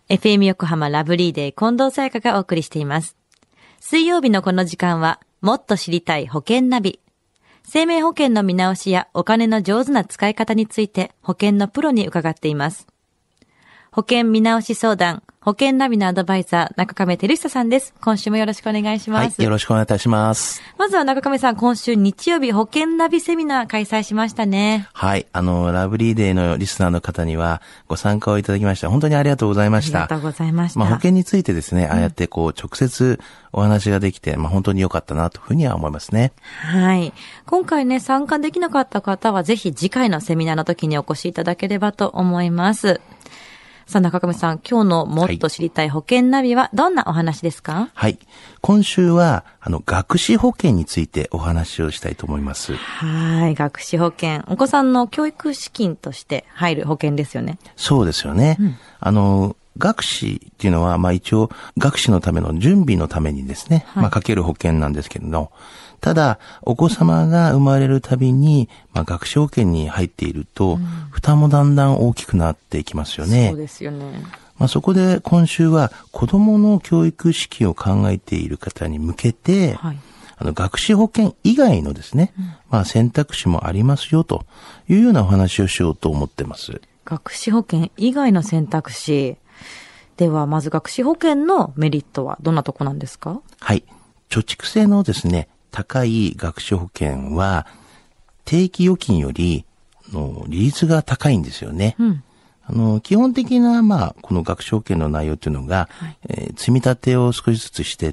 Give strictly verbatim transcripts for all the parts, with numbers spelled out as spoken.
エフエム 横浜ラブリーデー近藤沙耶香がお送りしています。水曜日のこの時間は、もっと知りたい保険ナビ。生命保険の見直しやお金の上手な使い方について保険のプロに伺っています。保険見直し相談、保険ナビのアドバイザー、中亀照久さんです。今週もよろしくお願いします。 はい、よろしくお願いいたします。 まずは中亀さん、今週日曜日保険ナビセミナー開催しましたね。 はい、あの、ラブリーデーのリスナーの方にはご参加をいただきました。本当にありがとうございました。 ありがとうございました。 まあ、保険についてですね、うん、ああやってこう、直接お話ができて、まあ、本当に良かったなというふうには思いますね。 はい。今回ね、参加できなかった方は、ぜひ次回のセミナーの時にお越しいただければと思います。さあ、中亀さん、今日のもっと知りたい保険ナビはどんなお話ですか？ はい。今週は、あの、学資保険についてお話をしたいと思います。 はい。学資保険。お子さんの教育資金として入る保険ですよね。 そうですよね。うん、あの、学資っていうのは、まあ一応、学資のための準備のためにですね、はい、まあかける保険なんですけれど、ただ、お子様が生まれるたびに、まあ、学資保険に入っていると、うん、負担もだんだん大きくなっていきますよね。 そうですよね。 まあ、そこで今週は、子供の教育資金を考えている方に向けて、はい、あの、学資保険以外のですね、うん、まあ、選択肢もありますよ、というようなお話をしようと思ってます。 学資保険以外の選択肢。では、まず学資保険のメリットはどんなとこなんですか？ はい。貯蓄性のですね、高い学資保険は定期預金よりの利率が高いんですよね。うん、あの基本的なまあこの学資保険の内容というのが、はいえー、積み立てを少しずつしていって、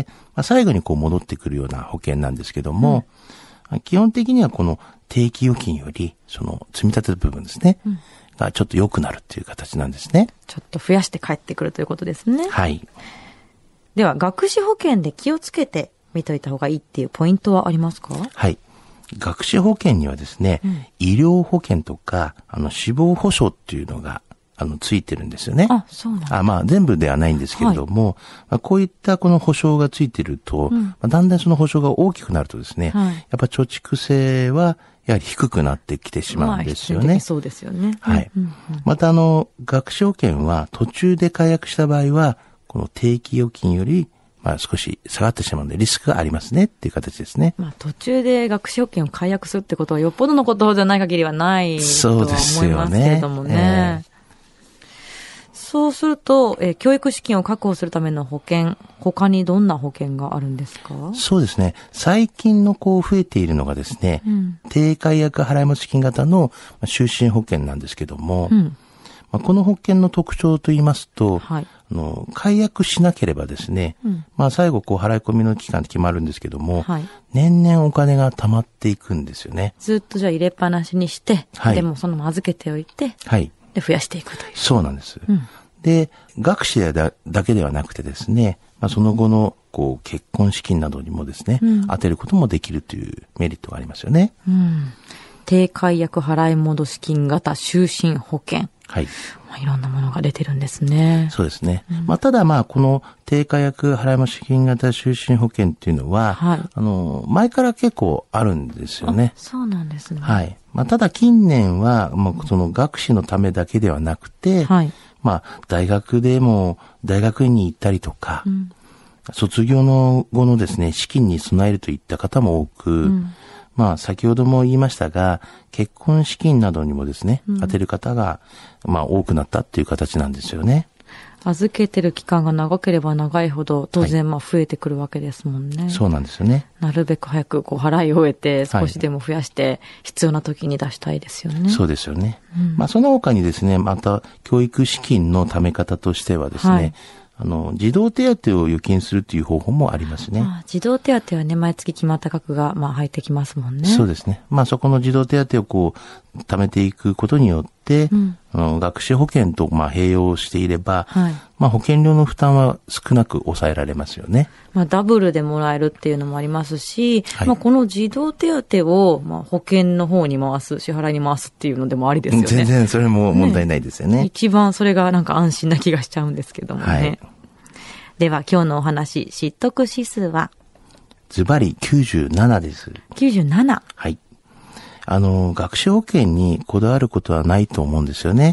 まあ、最後にこう戻ってくるような保険なんですけども、うん、基本的にはこの定期預金よりその積み立ての部分ですね、うん、がちょっと良くなるっていう形なんですね。 ちょっと増やして帰ってくるということですね。 はい。 では学資保険で気をつけて見といた方がいいっていうポイントはありますか？ はい。学資保険にはですね、うん、医療保険とか、あの、死亡保障っていうのが、あの、ついてるんですよね。 あ、そうなんだ。 あ、まあ、全部ではないんですけれども、はいまあ、こういったこの保障がついていると、うんまあ、だんだんその保障が大きくなるとですね、はい、やっぱ貯蓄性は、やはり低くなってきてしまうんですよね。 まあ、そうですよね。 はい。うんうんうん、また、あの、学資保険は途中で解約した場合は、この定期預金より、まあ少し下がってしまうのでリスクがありますねっていう形ですね。 まあ途中で学資保険を解約するってことはよっぽどのことじゃない限りはないとは思いますけれどもね。そうですよね。えー、そうすると、えー、教育資金を確保するための保険、他にどんな保険があるんですか？ そうですね。最近のこう増えているのがですね、うん、低解約払い戻し金型の就寝保険なんですけども、うんまあ、この保険の特徴といいますと、はいあの解約しなければですね、うん、まあ最後こう払い込みの期間って決まるんですけども、はい、年々お金が貯まっていくんですよね。 ずっとじゃあ入れっぱなしにして、はい、でもそのまま預けておいて、はい、で増やしていくという。 そうなんです。うん、で、学資だだけではなくてですね、まあその後のこう結婚資金などにもですね、うん、当てることもできるというメリットがありますよね。 うん、低解約払い戻し金型就寝保険。はい。まあ、いろんなものが出てるんですね。 そうですね。うん、まあ、ただまあ、この低解約払い戻し金型就寝保険っていうのは、はい、あの、前から結構あるんですよね。 そうなんですね。 はい。まあ、ただ近年は、もうその学資のためだけではなくて、はい、まあ、大学でも大学院に行ったりとか、うん、卒業の後のですね、資金に備えるといった方も多く、うんまあ、先ほども言いましたが、結婚資金などにもですね、当てる方が、まあ、多くなったっていう形なんですよね。 預けてる期間が長ければ長いほど、当然、まあ、増えてくるわけですもんね。はい、 そうなんですよね。 なるべく早く、こう、払い終えて、少しでも増やして、必要な時に出したいですよね。 はい、そうですよね。うん、まあ、その他にですね、また、教育資金の貯め方としてはですね、はいあの、児童手当を預金するっていう方法もありますね。 ああ児童手当はね、毎月決まった額が、まあ、入ってきますもんね。 そうですね。まあ、そこの児童手当をこう、貯めていくことによって、うん、あの学資保険と、まあ、併用していれば、はい、まあ、保険料の負担は少なく抑えられますよね。 まあ、ダブルでもらえるっていうのもありますし、はい、まあ、この児童手当を、まあ、保険の方に回す、支払いに回すっていうのでもありですよね。 全然それも問題ないですよね。ね一番それがなんか安心な気がしちゃうんですけどもね。はいでは今日のお話、知得指数はズバリきゅうじゅうななです。 きゅうじゅうなな。 はい。あの、学資保険にこだわることはないと思うんですよね。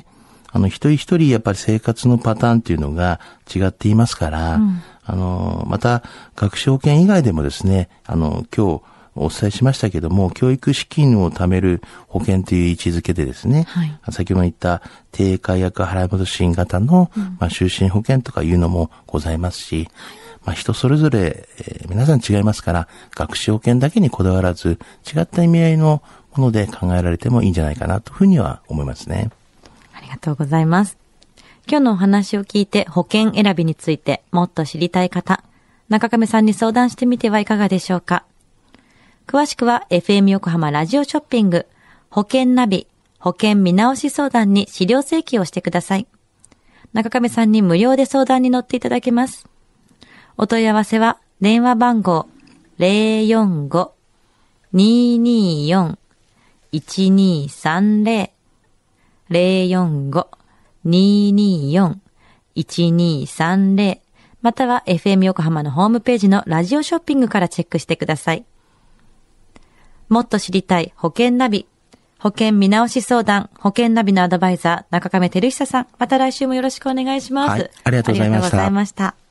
あの、一人一人やっぱり生活のパターンっていうのが違っていますから、うん、あの、また、学資保険以外でもですね、あの、今日お伝えしましたけども、教育資金を貯める保険という位置づけでですね、はい、先ほど言った低解約払い戻し型の、うん、まあ、就寝保険とかいうのもございますし、まあ、人それぞれ、えー、皆さん違いますから、学資保険だけにこだわらず、違った意味合いのもので考えられてもいいんじゃないかなというふうには思いますね。 ありがとうございます。今日のお話を聞いて保険選びについてもっと知りたい方、中亀さんに相談してみてはいかがでしょうか。詳しくは エフエム 横浜ラジオショッピング保険ナビ保険見直し相談に資料請求をしてください。中亀さんに無料で相談に乗っていただけます。お問い合わせは電話番号 ゼロよんご にーにーよん いちにーさんゼロ ゼロよんご にーにーよん いちにーさんゼロ または エフエム 横浜のホームページのラジオショッピングからチェックしてください。もっと知りたい保険ナビ保険見直し相談保険ナビのアドバイザー中亀照久さん、また来週もよろしくお願いします。 はい、ありがとうございました。 ありがとうございました。